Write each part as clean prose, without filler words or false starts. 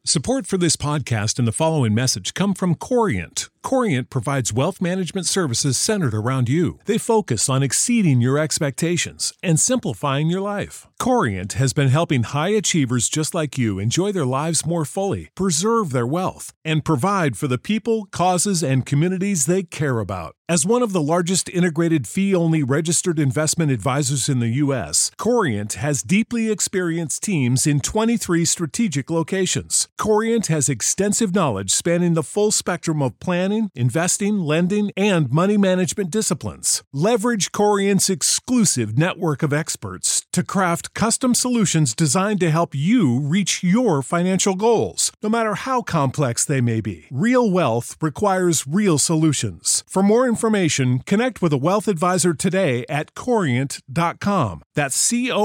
Support for this podcast and the following message come from Corient. Corient provides wealth management services centered around you. They focus on exceeding your expectations and simplifying your life. Corient has been helping high achievers just like you enjoy their lives more fully, preserve their wealth, and provide for the people, causes, and communities they care about. As one of the largest integrated fee-only registered investment advisors in the U.S., Corient has deeply experienced teams in 23 strategic locations. Corient has extensive knowledge spanning the full spectrum of planning, investing, lending, and money management disciplines. Leverage Corient's exclusive network of experts to craft custom solutions designed to help you reach your financial goals, no matter how complex they may be. Real wealth requires real solutions. For more information, connect with a wealth advisor today at Corient.com. That's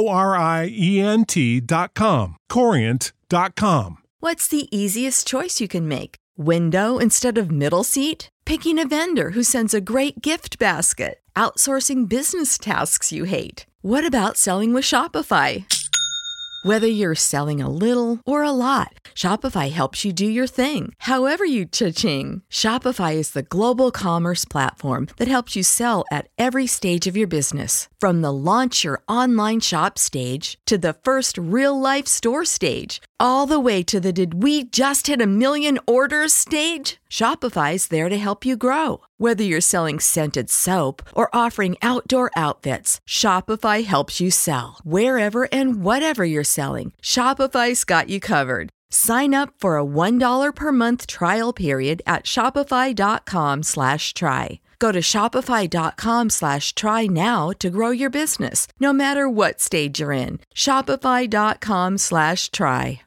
Corient.com. Corient.com. What's the easiest choice you can make? Window instead of middle seat? Picking a vendor who sends a great gift basket? Outsourcing business tasks you hate? What about selling with Shopify? Whether you're selling a little or a lot, Shopify helps you do your thing, however you cha-ching. Shopify is the global commerce platform that helps you sell at every stage of your business. From the launch your online shop stage to the first real-life store stage, all the way to the did we just hit 1 million orders stage. Shopify's there to help you grow. Whether you're selling scented soap or offering outdoor outfits, Shopify helps you sell. Wherever and whatever you're selling, Shopify's got you covered. Sign up for a $1 per month trial period at shopify.com/try. Go to shopify.com/try now to grow your business, no matter what stage you're in. Shopify.com/try.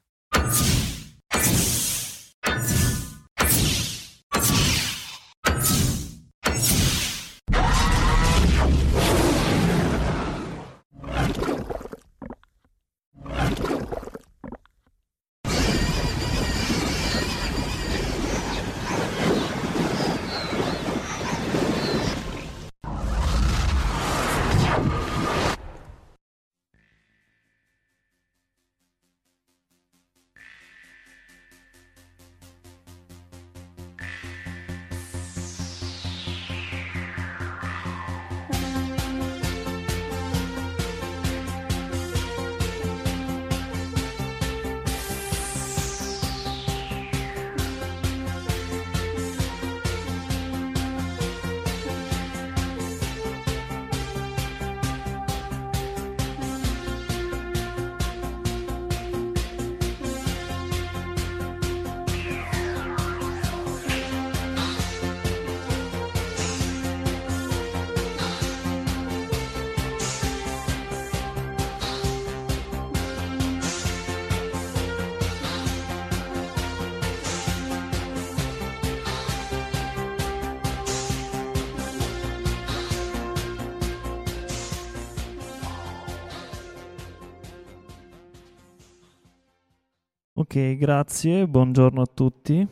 Ok, grazie, buongiorno a tutti.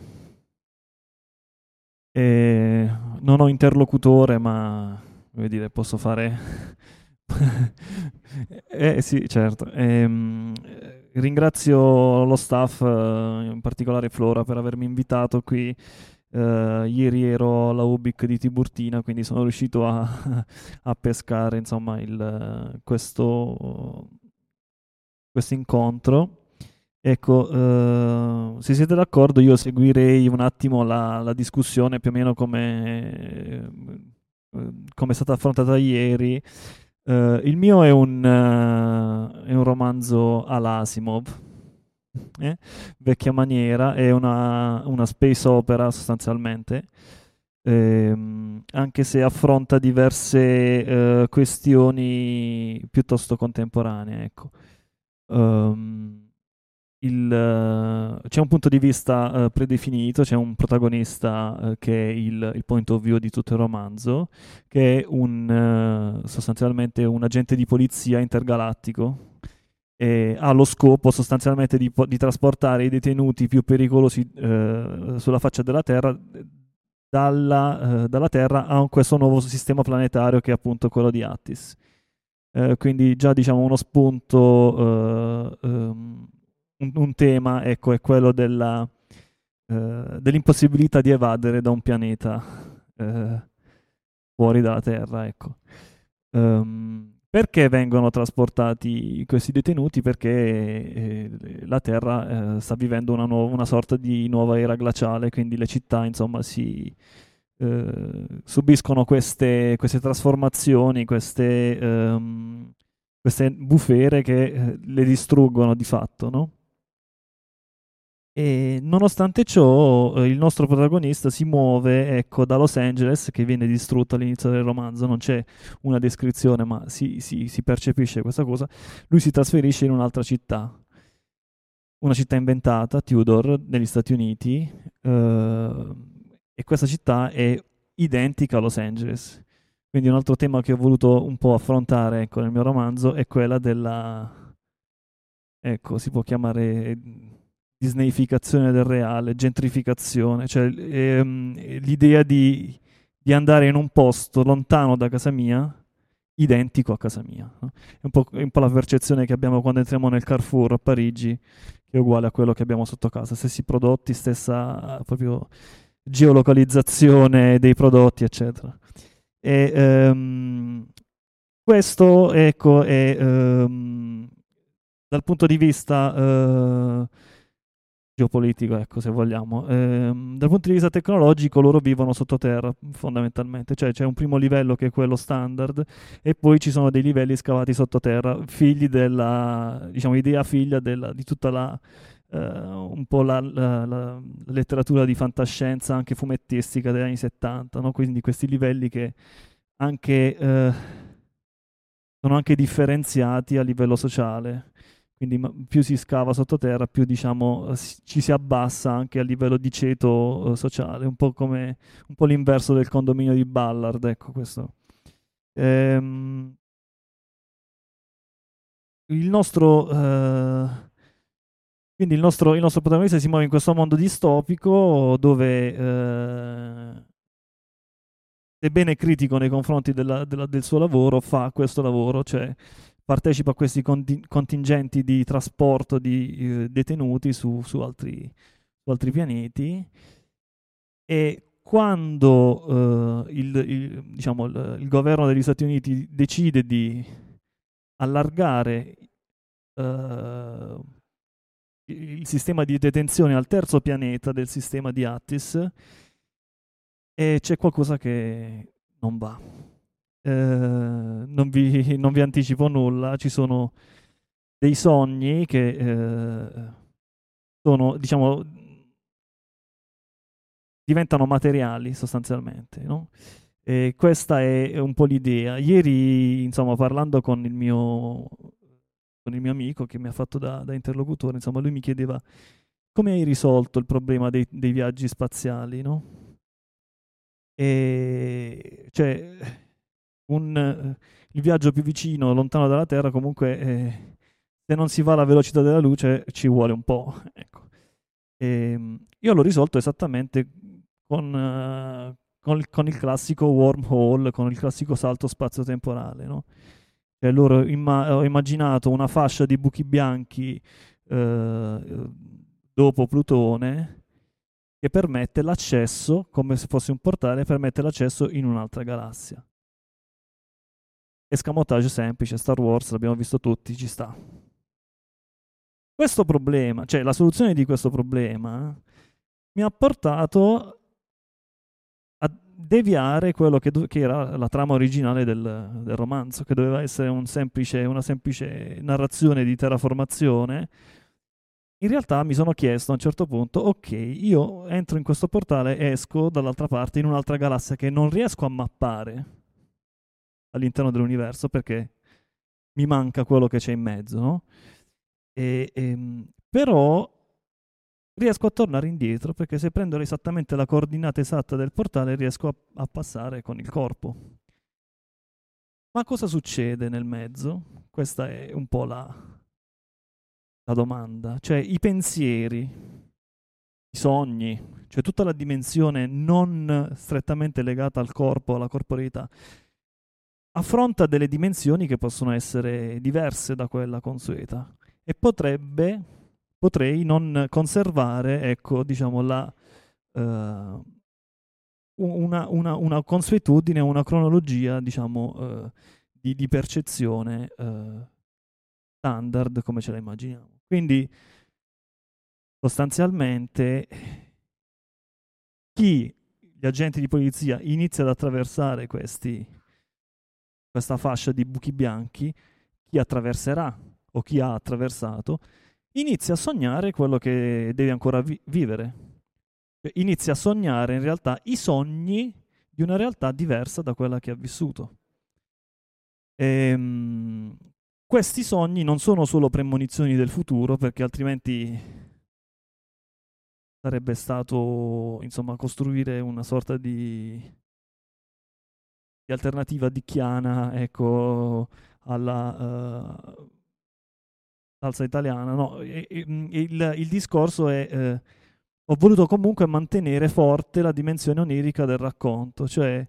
Non ho interlocutore, ma voglio dire, posso fare... sì, certo. Ringrazio lo staff, in particolare Flora, per avermi invitato qui. Ieri ero alla Ubic di Tiburtina, quindi sono riuscito a pescare, insomma, questo incontro. Ecco, se siete d'accordo io seguirei un attimo la discussione più o meno come è stata affrontata ieri. Il mio è un romanzo all'Asimov, vecchia maniera, è una space opera sostanzialmente, anche se affronta diverse questioni piuttosto contemporanee, ecco. C'è un punto di vista predefinito, c'è un protagonista che è il point of view di tutto il romanzo, che è sostanzialmente un agente di polizia intergalattico e ha lo scopo sostanzialmente di trasportare i detenuti più pericolosi sulla faccia della Terra dalla Terra a questo nuovo sistema planetario che è appunto quello di Attis. Quindi già diciamo uno spunto un tema, ecco, è quello dell'impossibilità di evadere da un pianeta fuori dalla Terra, ecco. Perché vengono trasportati questi detenuti? Perché la Terra sta vivendo una sorta di nuova era glaciale, quindi le città, insomma, subiscono queste trasformazioni, queste bufere che le distruggono di fatto, no? E nonostante ciò, il nostro protagonista si muove, ecco, da Los Angeles, che viene distrutto all'inizio del romanzo, non c'è una descrizione, ma si percepisce questa cosa. Lui si trasferisce in un'altra città, una città inventata, Tudor, negli Stati Uniti, e questa città è identica a Los Angeles. Quindi un altro tema che ho voluto un po' affrontare, ecco, nel mio romanzo è quella della, ecco, si può chiamare disneyficazione del reale, gentrificazione, cioè l'idea di andare in un posto lontano da casa mia, identico a casa mia, no? È un po' la percezione che abbiamo quando entriamo nel Carrefour a Parigi, che è uguale a quello che abbiamo sotto casa, stessi prodotti, stessa proprio geolocalizzazione dei prodotti, eccetera. E questo, ecco, è dal punto di vista geopolitico, ecco, se vogliamo. Dal punto di vista tecnologico loro vivono sottoterra, fondamentalmente, cioè c'è un primo livello che è quello standard e poi ci sono dei livelli scavati sottoterra, figli della, diciamo, idea figlia di tutta un po' la letteratura di fantascienza, anche fumettistica degli anni 70, no? Quindi questi livelli che anche sono anche differenziati a livello sociale. Quindi più si scava sottoterra, più, diciamo, ci si abbassa anche a livello di ceto sociale, un po' come un po' l'inverso del condominio di Ballard, ecco questo. Il nostro quindi il nostro protagonista si muove in questo mondo distopico dove sebbene critico nei confronti del suo lavoro, fa questo lavoro, cioè partecipa a questi contingenti di trasporto di detenuti su altri pianeti, e quando diciamo, il governo degli Stati Uniti decide di allargare il sistema di detenzione al terzo pianeta del sistema di Attis, e c'è qualcosa che non va. Non vi anticipo nulla, ci sono dei sogni che sono, diciamo, diventano materiali sostanzialmente, no? E questa è un po' l'idea. Ieri, insomma, parlando con il mio amico che mi ha fatto da interlocutore, insomma, lui mi chiedeva come hai risolto il problema dei viaggi spaziali, no? E cioè il viaggio più vicino, lontano dalla Terra, comunque se non si va alla velocità della luce ci vuole un po', ecco. Io l'ho risolto esattamente con il classico wormhole, con il classico salto spazio-temporale, no? Cioè loro ho immaginato una fascia di buchi bianchi dopo Plutone che permette l'accesso, come se fosse un portale, permette l'accesso in un'altra galassia. Escamotage semplice, Star Wars, l'abbiamo visto tutti, ci sta. Questo problema, cioè la soluzione di questo problema, mi ha portato a deviare quello che era la trama originale del romanzo, che doveva essere una semplice narrazione di terraformazione. In realtà mi sono chiesto a un certo punto, ok, io entro in questo portale e esco dall'altra parte in un'altra galassia che non riesco a mappare all'interno dell'universo perché mi manca quello che c'è in mezzo, no? Però riesco a tornare indietro perché se prendo esattamente la coordinata esatta del portale riesco a passare con il corpo. Ma cosa succede nel mezzo? Questa è un po' la domanda. Cioè i pensieri, i sogni, cioè tutta la dimensione non strettamente legata al corpo, alla corporeità, affronta delle dimensioni che possono essere diverse da quella consueta e potrebbe potrei non conservare, ecco, diciamo, una consuetudine, una cronologia, diciamo, di percezione standard come ce la immaginiamo. Quindi sostanzialmente gli agenti di polizia iniziano ad attraversare questa fascia di buchi bianchi, chi attraverserà o chi ha attraversato, inizia a sognare quello che deve ancora vivere. Inizia a sognare in realtà i sogni di una realtà diversa da quella che ha vissuto. Questi sogni non sono solo premonizioni del futuro, perché altrimenti sarebbe stato, insomma, costruire una sorta di alternativa dicchiana, ecco, alla salsa italiana. No, il discorso è ho voluto comunque mantenere forte la dimensione onirica del racconto, cioè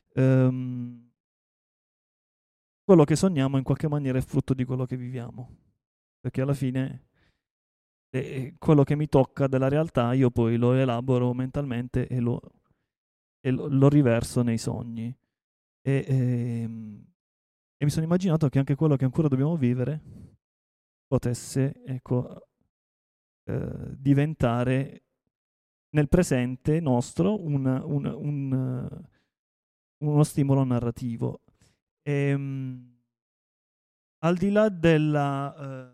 quello che sogniamo in qualche maniera è frutto di quello che viviamo, perché alla fine quello che mi tocca della realtà io poi lo elaboro mentalmente e lo riverso nei sogni. E mi sono immaginato che anche quello che ancora dobbiamo vivere potesse, ecco, diventare nel presente nostro uno stimolo narrativo. Al di là della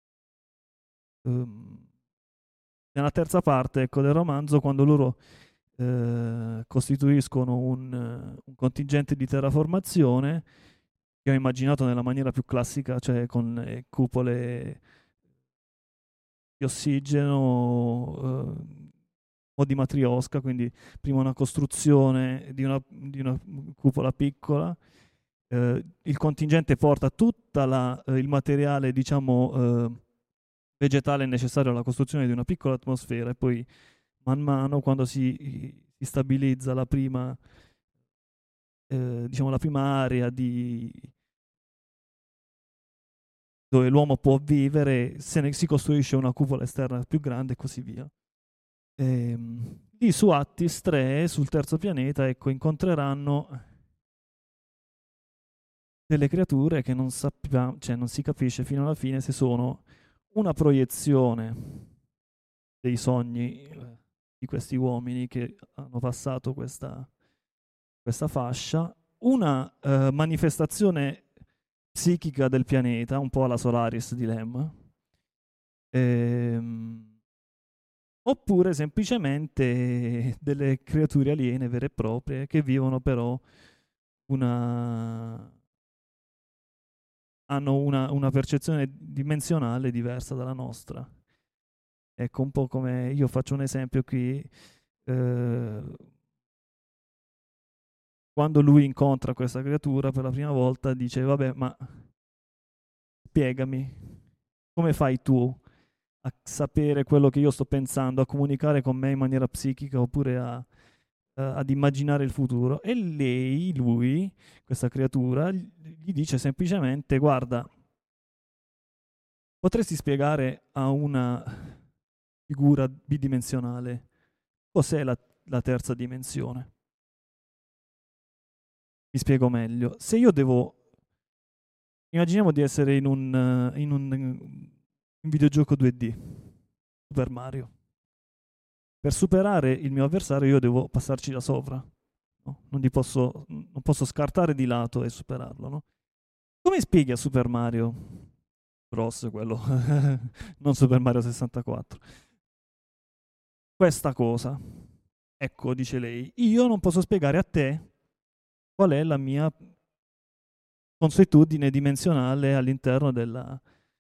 terza parte, ecco, del romanzo, quando loro costituiscono un contingente di terraformazione, che ho immaginato nella maniera più classica, cioè con cupole di ossigeno o di matriosca, quindi prima una costruzione di una cupola piccola, il contingente porta tutto il materiale, diciamo, vegetale necessario alla costruzione di una piccola atmosfera, e poi man mano, quando si stabilizza la prima, diciamo, la prima area dove l'uomo può vivere, si costruisce una cupola esterna più grande e così via. Lì su Attis 3, sul terzo pianeta, ecco, incontreranno delle creature che non sappiamo, cioè non si capisce fino alla fine se sono una proiezione dei sogni di questi uomini che hanno passato questa fascia, una manifestazione psichica del pianeta, un po' alla Solaris Dilemma, oppure semplicemente delle creature aliene vere e proprie che vivono però hanno una percezione dimensionale diversa dalla nostra. Ecco, un po' come io faccio un esempio qui, quando lui incontra questa creatura per la prima volta dice: vabbè, ma spiegami, come fai tu a sapere quello che io sto pensando, a comunicare con me in maniera psichica, oppure ad immaginare il futuro? E lui, questa creatura, gli dice semplicemente: guarda, potresti spiegare a una figura bidimensionale cos'è la terza dimensione? Mi spiego meglio. Se io immaginiamo di essere in un videogioco 2D, Super Mario. Per superare il mio avversario io devo passarci da sopra. No? Non posso scartare di lato e superarlo. No? Come spieghi a Super Mario Bros, quello, non Super Mario 64, questa cosa? Ecco, dice lei, io non posso spiegare a te qual è la mia consuetudine dimensionale all'interno del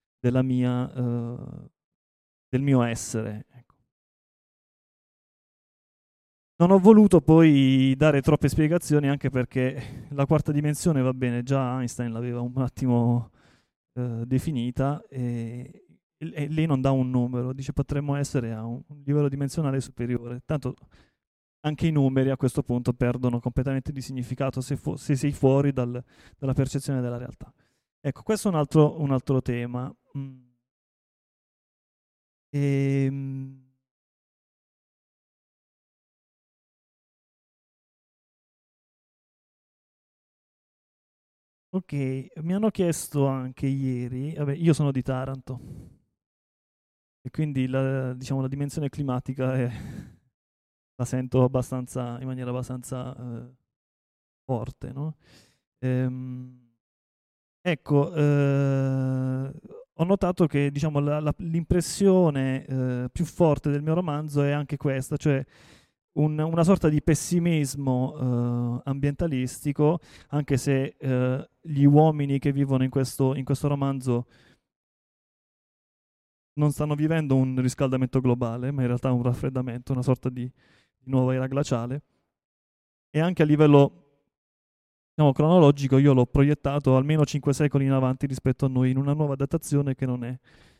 mio essere. Ecco. Non ho voluto poi dare troppe spiegazioni, anche perché la quarta dimensione, va bene, già Einstein l'aveva un attimo definita, e lei non dà un numero, dice potremmo essere a un livello dimensionale superiore. Tanto anche i numeri a questo punto perdono completamente di significato se sei fuori dalla percezione della realtà. Ecco, questo è un altro tema. Ehm, ok, mi hanno chiesto anche ieri, vabbè, io sono di Taranto e quindi diciamo, la dimensione climatica la sento abbastanza, in maniera abbastanza forte, no? Ehm, ecco, ho notato che diciamo, l'impressione più forte del mio romanzo è anche questa, cioè una sorta di pessimismo ambientalistico, anche se gli uomini che vivono in questo romanzo non stanno vivendo un riscaldamento globale, ma in realtà un raffreddamento, una sorta di nuova era glaciale. E anche a livello diciamo, cronologico io l'ho proiettato almeno 5 secoli in avanti rispetto a noi, in una nuova datazione che non è,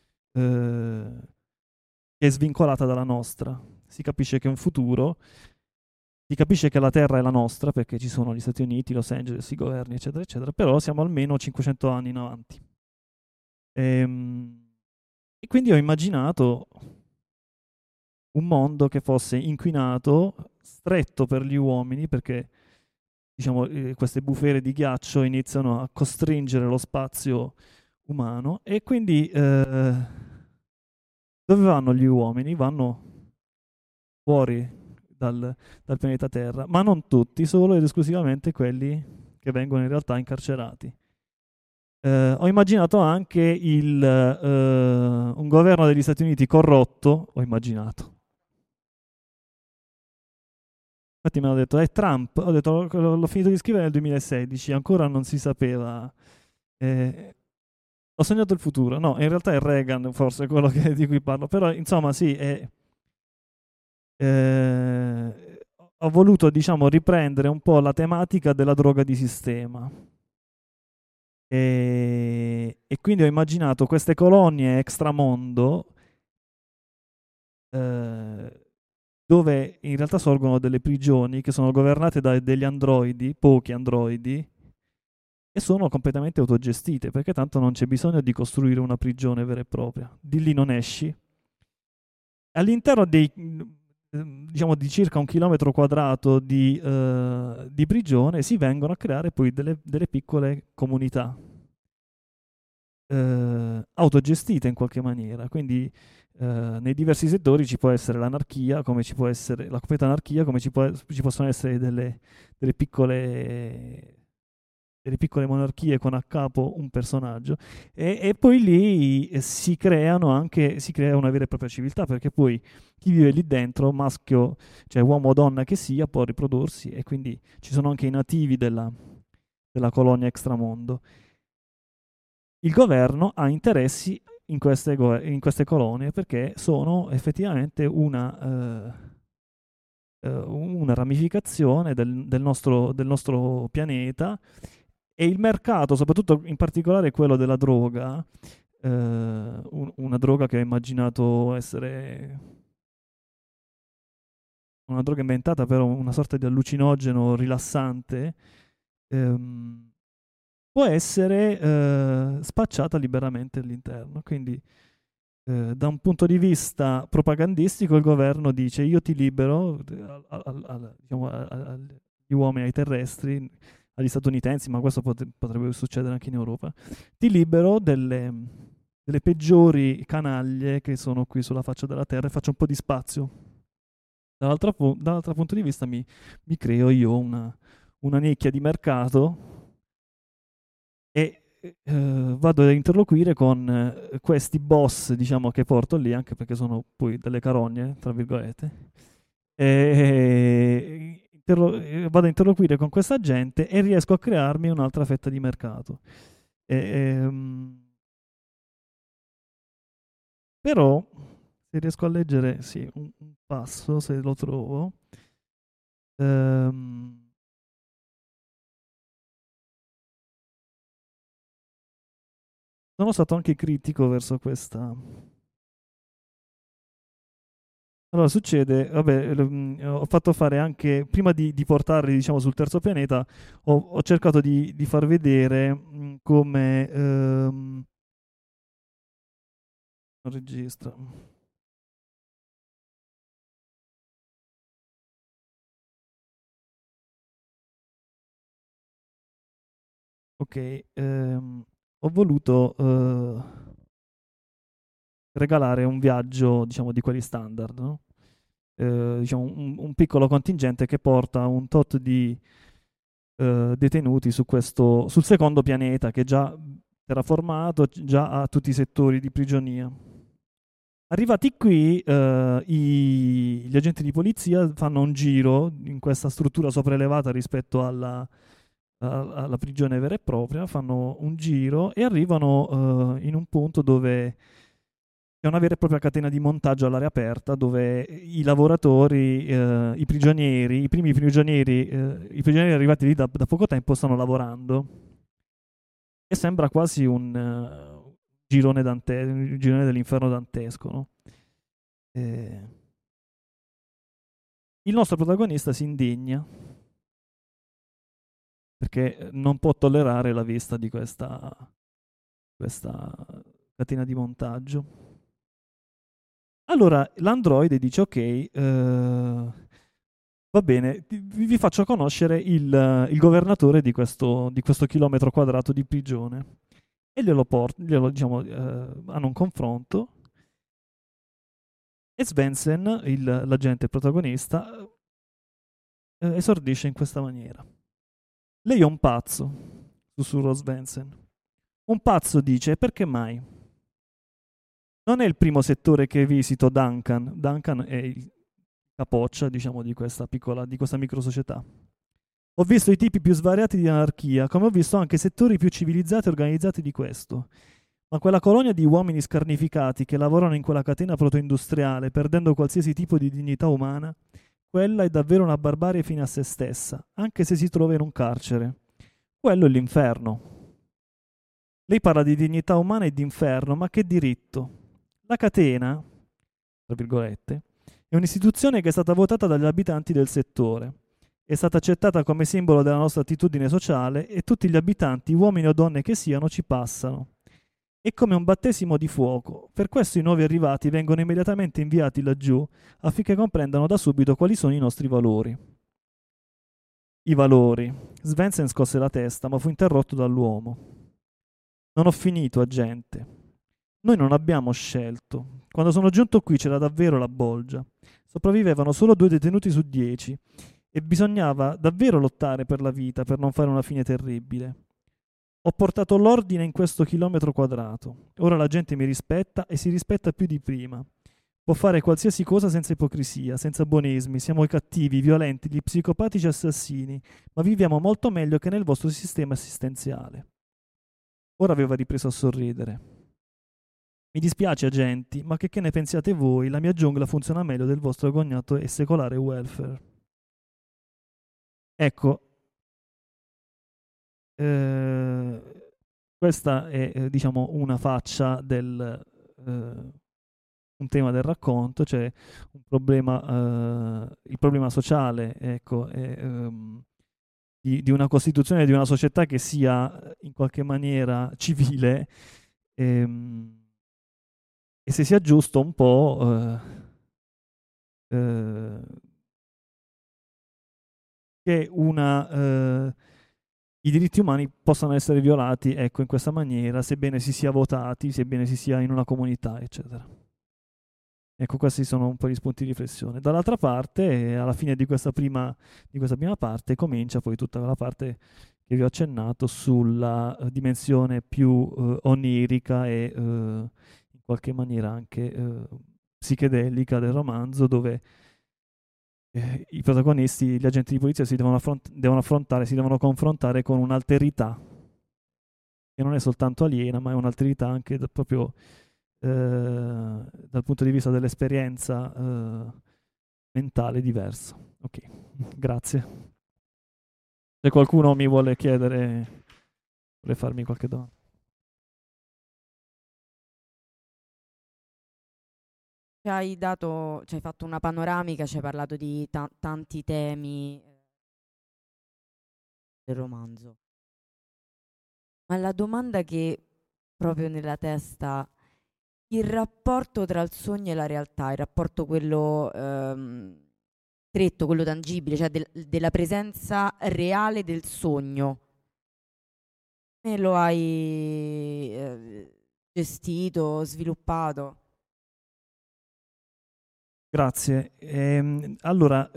che è svincolata dalla nostra. Si capisce che è un futuro, si capisce che la Terra è la nostra, perché ci sono gli Stati Uniti, Los Angeles, i governi, eccetera, eccetera, però siamo almeno 500 anni in avanti. E quindi ho immaginato un mondo che fosse inquinato, stretto per gli uomini, perché diciamo, queste bufere di ghiaccio iniziano a costringere lo spazio umano e quindi dove vanno gli uomini? Vanno fuori dal pianeta Terra, ma non tutti, solo ed esclusivamente quelli che vengono in realtà incarcerati. Ho immaginato anche un governo degli Stati Uniti corrotto, ho immaginato. Infatti mi hanno detto, è Trump, ho detto, l'ho finito di scrivere nel 2016, ancora non si sapeva. Ho sognato il futuro, no, in realtà è Reagan forse quello di cui parlo, però insomma sì, ho voluto diciamo riprendere un po' la tematica della droga di sistema e quindi ho immaginato queste colonie extramondo dove in realtà sorgono delle prigioni che sono governate da degli androidi, pochi androidi, e sono completamente autogestite, perché tanto non c'è bisogno di costruire una prigione vera e propria. Di lì non esci. All'interno diciamo di circa 1 chilometro quadrato di prigione si vengono a creare poi delle piccole comunità autogestite in qualche maniera. Quindi nei diversi settori ci può essere l'anarchia, come ci può essere la completa anarchia, come ci possono essere delle piccole delle piccole monarchie con a capo un personaggio e poi lì si crea una vera e propria civiltà, perché poi chi vive lì dentro, maschio, cioè uomo o donna che sia, può riprodursi e quindi ci sono anche i nativi della colonia extramondo. Il governo ha interessi in queste colonie perché sono effettivamente una ramificazione del nostro pianeta e il mercato, soprattutto in particolare quello della droga, una droga che ho immaginato essere una droga inventata per una sorta di allucinogeno rilassante, può essere spacciata liberamente all'interno. Quindi da un punto di vista propagandistico il governo dice io ti libero diciamo, agli uomini, ai terrestri, agli statunitensi, ma questo potrebbe succedere anche in Europa, ti libero delle peggiori canaglie che sono qui sulla faccia della terra e faccio un po' di spazio. Dall'altro punto di vista mi creo io una nicchia di mercato e vado ad interloquire con questi boss, diciamo, che porto lì, anche perché sono poi delle carogne, tra virgolette. Vado a interloquire con questa gente e riesco a crearmi un'altra fetta di mercato. E, però, se riesco a leggere, sì, un passo, se lo trovo. Ehm, sono stato anche critico verso questa. Allora succede, vabbè, ho fatto fare anche, prima di portarli diciamo sul terzo pianeta, ho cercato di far vedere come non registra. Ok, ho voluto regalare un viaggio, diciamo, di quelli standard, no? Diciamo, un piccolo contingente che porta un tot di detenuti sul secondo pianeta che già terraformato, già ha tutti i settori di prigionia. Arrivati qui, gli agenti di polizia fanno un giro in questa struttura sopraelevata rispetto alla prigione vera e propria, fanno un giro e arrivano in un punto dove c'è una vera e propria catena di montaggio all'aria aperta dove i lavoratori, i prigionieri, i prigionieri arrivati lì da poco tempo stanno lavorando e sembra quasi un girone dell'inferno dantesco, no? Il nostro protagonista si indigna perché non può tollerare la vista di questa catena di montaggio. Allora l'androide dice ok, va bene, vi faccio conoscere il governatore di questo chilometro quadrato di prigione. E diciamo, hanno un confronto. E Svensson, l'agente protagonista, esordisce in questa maniera. Lei è un pazzo, sussurrò Svensson. Un pazzo, dice, perché mai? Non è il primo settore che visito Duncan. Duncan è il capoccia, diciamo, di questa microsocietà. Ho visto i tipi più svariati di anarchia, come ho visto anche settori più civilizzati e organizzati di questo. Ma quella colonia di uomini scarnificati che lavorano in quella catena protoindustriale, perdendo qualsiasi tipo di dignità umana, quella è davvero una barbarie fine a se stessa, anche se si trova in un carcere. Quello è l'inferno. Lei parla di dignità umana e di inferno, ma che diritto? La catena, tra virgolette, è un'istituzione che è stata votata dagli abitanti del settore. È stata accettata come simbolo della nostra attitudine sociale e tutti gli abitanti, uomini o donne che siano, ci passano. È come un battesimo di fuoco. Per questo i nuovi arrivati vengono immediatamente inviati laggiù affinché comprendano da subito quali sono i nostri valori. I valori. Svensson scosse la testa, ma fu interrotto dall'uomo. Non ho finito, agente. Noi non abbiamo scelto. Quando sono giunto qui c'era davvero la bolgia. Sopravvivevano solo 2 detenuti su 10 e bisognava davvero lottare per la vita per non fare una fine terribile. Ho portato l'ordine in questo chilometro quadrato. Ora la gente mi rispetta e si rispetta più di prima. Può fare qualsiasi cosa senza ipocrisia, senza buonismi. Siamo i cattivi, i violenti, gli psicopatici assassini, ma viviamo molto meglio che nel vostro sistema assistenziale. Ora aveva ripreso a sorridere. Mi dispiace, agenti, ma che ne pensiate voi? La mia giungla funziona meglio del vostro agognato e secolare welfare. Ecco, questa è, diciamo, una faccia un tema del racconto, cioè un problema, il problema sociale, ecco, di una costituzione di una società che sia in qualche maniera civile e se sia giusto un po' che i diritti umani possano essere violati, ecco, in questa maniera, sebbene si sia votati, sebbene si sia in una comunità, eccetera. Ecco, questi sono un po' gli spunti di riflessione. Dall'altra parte, alla fine di questa prima parte, comincia poi tutta la parte che vi ho accennato sulla dimensione più onirica e in qualche maniera anche psichedelica del romanzo, dove i protagonisti, gli agenti di polizia si devono confrontare con un'alterità che non è soltanto aliena, ma è un'alterità anche proprio dal punto di vista dell'esperienza mentale diversa. Ok, grazie. Se qualcuno mi vuole chiedere, vuole farmi qualche domanda. Ci hai fatto una panoramica, ci hai parlato di tanti temi del romanzo. Ma la domanda che proprio nella testa, il rapporto tra il sogno e la realtà, il rapporto quello stretto, quello tangibile, cioè della presenza reale del sogno Come lo hai gestito, sviluppato? Grazie. Allora,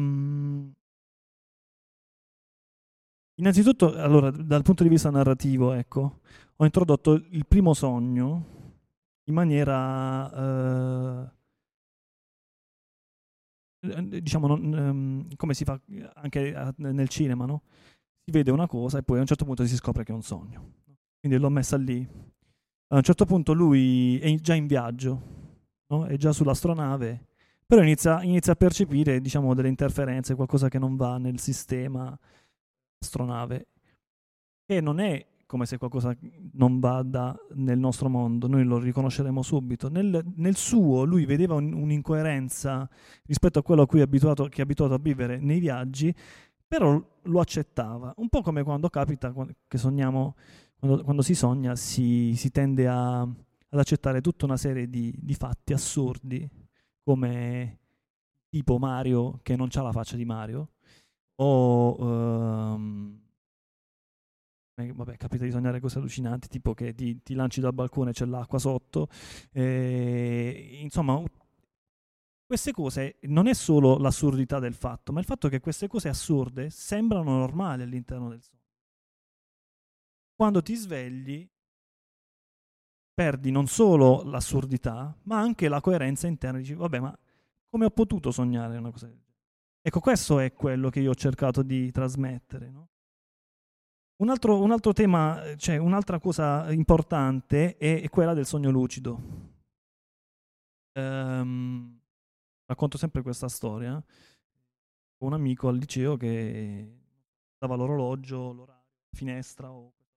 innanzitutto, allora, dal punto di vista narrativo, ecco, ho introdotto il primo sogno in maniera, diciamo, come si fa anche nel cinema, no? Si vede una cosa e poi a un certo punto si scopre che è un sogno. Quindi l'ho messa lì. A un certo punto lui è già in viaggio, no? È già sull'astronave, però inizia a percepire, diciamo, delle interferenze, qualcosa che non va nel sistema astronave, che non è come se qualcosa non vada nel nostro mondo, noi lo riconosceremo subito. Nel suo lui vedeva un'incoerenza rispetto a quello a cui che è abituato a vivere nei viaggi, però lo accettava. Un po' come quando capita che sogniamo, quando si sogna si tende ad accettare tutta una serie di fatti assurdi, come tipo Mario che non c'ha la faccia di Mario, o vabbè, capita di sognare cose allucinanti, tipo che ti lanci dal balcone e c'è l'acqua sotto. Insomma, queste cose non è solo l'assurdità del fatto, ma il fatto che queste cose assurde sembrano normali all'interno del sogno. Quando ti svegli, perdi non solo l'assurdità, ma anche la coerenza interna. Dici, vabbè, ma come ho potuto sognare una cosa del genere? Ecco, questo è quello che io ho cercato di trasmettere, no? Un altro tema, cioè un'altra cosa importante è quella del sogno lucido. Racconto sempre questa storia. Ho un amico al liceo che dava l'orologio, l'orario, la finestra,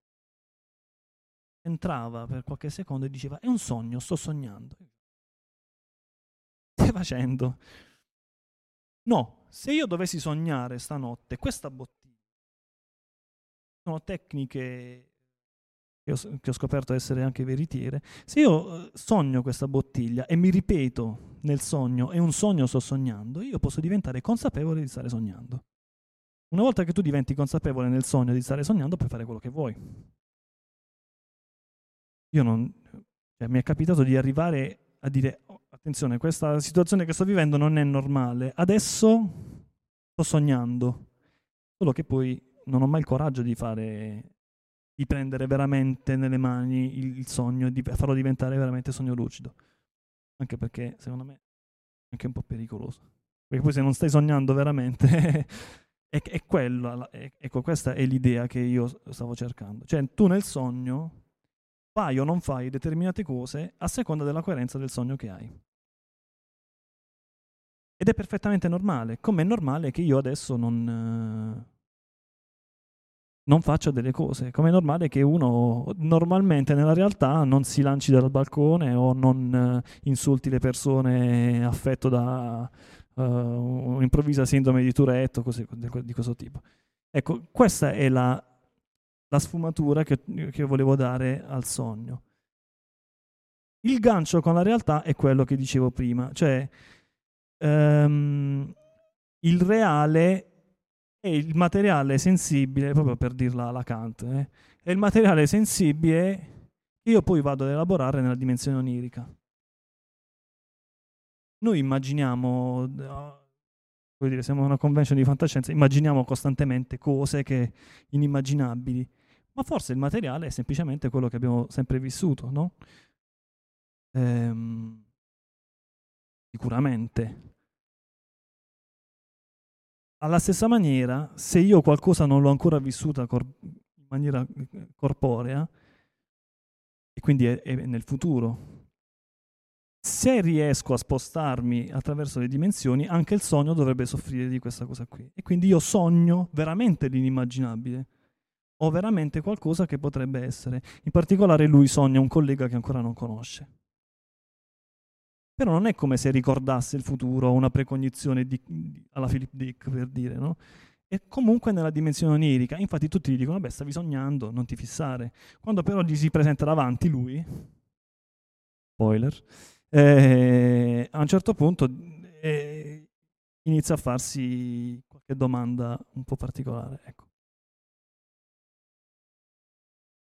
entrava per qualche secondo e diceva: è un sogno, sto sognando. Stai facendo? No, se io dovessi sognare stanotte questa bottiglia, sono tecniche che ho scoperto essere anche veritiere. Se io sogno questa bottiglia e mi ripeto nel sogno, è un sogno, sto sognando, io posso diventare consapevole di stare sognando. Una volta che tu diventi consapevole nel sogno di stare sognando, puoi fare quello che vuoi. Mi è capitato di arrivare a dire: oh, attenzione, questa situazione che sto vivendo non è normale, adesso sto sognando. Solo che poi non ho mai il coraggio di prendere veramente nelle mani il sogno e di farlo diventare veramente sogno lucido. Anche perché, secondo me, è anche un po' pericoloso. Perché poi se non stai sognando veramente, è quello. Ecco, questa è l'idea che io stavo cercando. Cioè, tu nel sogno fai o non fai determinate cose a seconda della coerenza del sogno che hai. Ed è perfettamente normale. Come è normale che io adesso non faccia delle cose. Come è normale che uno normalmente nella realtà non si lanci dal balcone o non insulti le persone affetto da un'improvvisa sindrome di Tourette o cose di questo tipo. Ecco, questa è la sfumatura che volevo dare al sogno. Il gancio con la realtà è quello che dicevo prima, cioè il reale è il materiale sensibile, proprio per dirla alla Kant, è il materiale sensibile che io poi vado ad elaborare nella dimensione onirica. Noi immaginiamo, vuol dire, siamo una convention di fantascienza, immaginiamo costantemente cose inimmaginabili, ma forse il materiale è semplicemente quello che abbiamo sempre vissuto, no? Sicuramente. Alla stessa maniera, se io qualcosa non l'ho ancora vissuta in maniera corporea, e quindi è nel futuro, se riesco a spostarmi attraverso le dimensioni, anche il sogno dovrebbe soffrire di questa cosa qui. E quindi io sogno veramente l'inimmaginabile, o veramente qualcosa che potrebbe essere. In particolare lui sogna un collega che ancora non conosce. Però non è come se ricordasse il futuro o una precognizione alla Philip Dick, per dire, no? È comunque nella dimensione onirica. Infatti tutti gli dicono: vabbè, stavi sognando, non ti fissare. Quando però gli si presenta davanti lui, spoiler, a un certo punto inizia a farsi qualche domanda un po' particolare, ecco.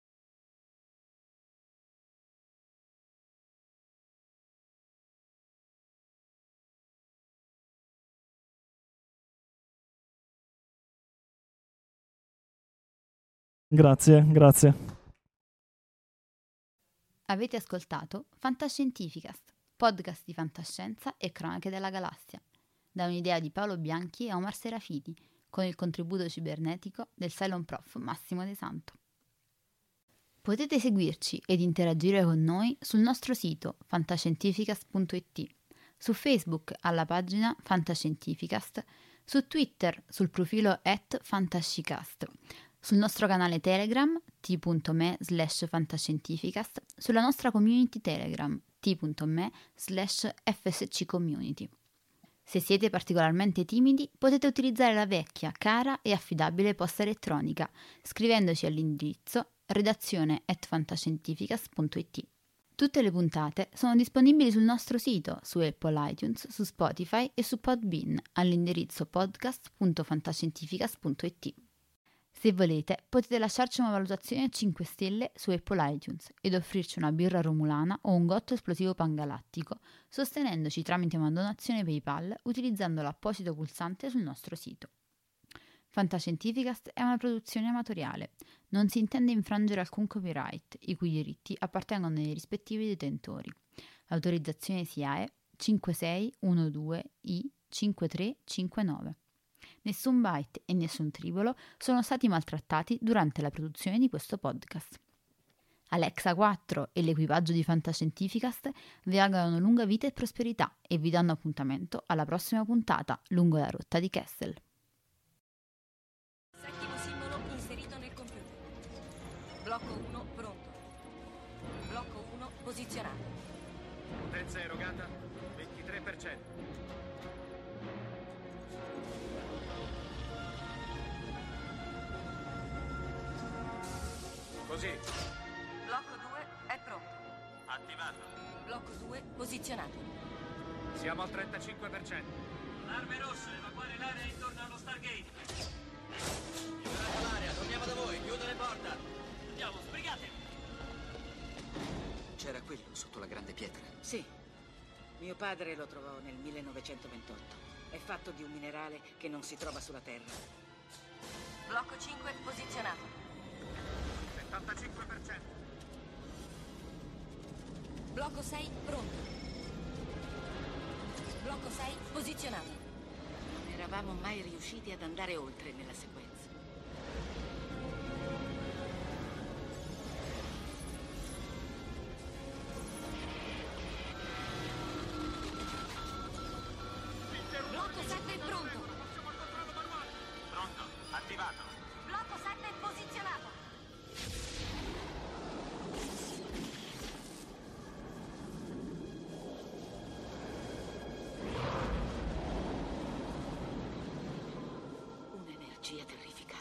Grazie. Avete ascoltato Fantascientificast, podcast di fantascienza e cronache della galassia, da un'idea di Paolo Bianchi e Omar Serafiti, con il contributo cibernetico del Cylon Prof Massimo De Santo. Potete seguirci ed interagire con noi sul nostro sito fantascientificast.it, su Facebook alla pagina Fantascientificast, su Twitter sul profilo @fantascicast, sul nostro canale Telegram t.me/fantascientificast, sulla nostra community Telegram t.me/fsccommunity. Se siete particolarmente timidi, potete utilizzare la vecchia, cara e affidabile posta elettronica, scrivendoci all'indirizzo redazione@fantascientificast.it. Tutte le puntate sono disponibili sul nostro sito, su Apple iTunes, su Spotify e su Podbean, all'indirizzo podcast.fantascientificast.it. Se volete, potete lasciarci una valutazione a 5 stelle su Apple iTunes ed offrirci una birra romulana o un gotto esplosivo pangalattico, sostenendoci tramite una donazione PayPal utilizzando l'apposito pulsante sul nostro sito. Fantascientificast è una produzione amatoriale. Non si intende infrangere alcun copyright, i cui diritti appartengono ai rispettivi detentori. L'autorizzazione SIAE 5612I5359. Nessun byte e nessun tribolo sono stati maltrattati durante la produzione di questo podcast. Alexa 4 e l'equipaggio di Fantascientificast vi augurano lunga vita e prosperità e vi danno appuntamento alla prossima puntata lungo la rotta di Kessel. Settimo simbolo inserito nel computer. Blocco 1 pronto. Blocco 1 posizionato. Potenza erogata 23%. Così. Blocco 2 è pronto. Attivato. Blocco 2 posizionato. Siamo al 35%. Arme rosse, evacuare l'area intorno allo Stargate. Liberate l'area, torniamo da voi, chiudo le porte. Andiamo, sbrigate. C'era quello sotto la grande pietra. Sì. Mio padre lo trovò nel 1928. È fatto di un minerale che non si trova sulla Terra. Blocco 5 posizionato. 75%. Blocco 6 pronto. Blocco 6 posizionato. Non eravamo mai riusciti ad andare oltre nella sequenza. Blocco 7 pronto. Pronto, attivato. Blocco 7 posizionato. Un'energia terrificante.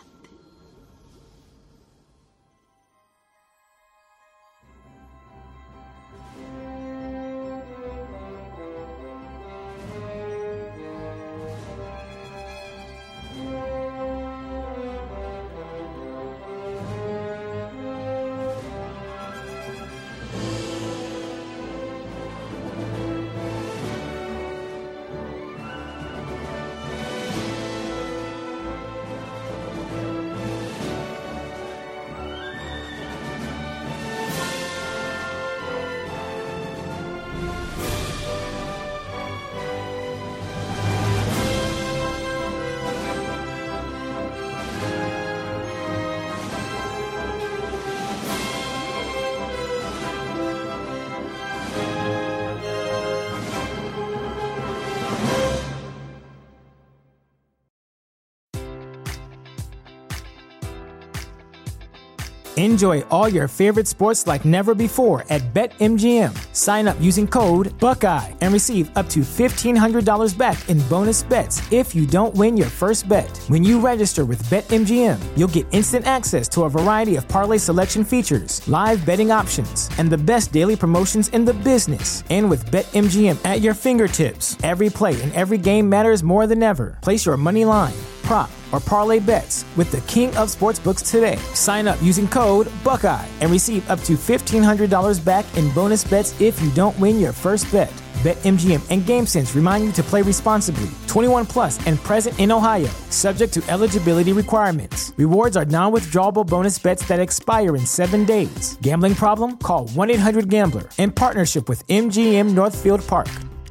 Enjoy all your favorite sports like never before at BetMGM. Sign up using code Buckeye and receive up to $1,500 back in bonus bets if you don't win your first bet. When you register with BetMGM, you'll get instant access to a variety of parlay selection features, live betting options, and the best daily promotions in the business. And with BetMGM at your fingertips, every play and every game matters more than ever. Place your money line, prop, or parlay bets with the king of sportsbooks today. Sign up using code Buckeye and receive up to $1,500 back in bonus bets if you don't win your first bet. BetMGM and GameSense remind you to play responsibly. 21 plus and present in Ohio, subject to eligibility requirements. Rewards are non-withdrawable bonus bets that expire in 7 days. Gambling problem? Call 1-800-GAMBLER. In partnership with MGM Northfield Park.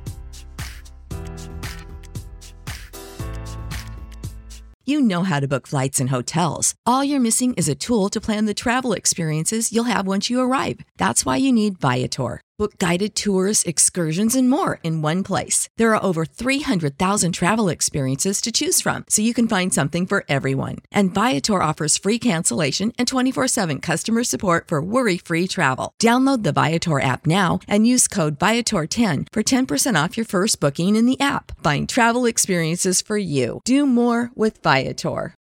You know how to book flights and hotels. All you're missing is a tool to plan the travel experiences you'll have once you arrive. That's why you need Viator. Book guided tours, excursions, and more in one place. There are over 300,000 travel experiences to choose from, so you can find something for everyone. And Viator offers free cancellation and 24/7 customer support for worry-free travel. Download the Viator app now and use code Viator10 for 10% off your first booking in the app. Find travel experiences for you. Do more with Viator.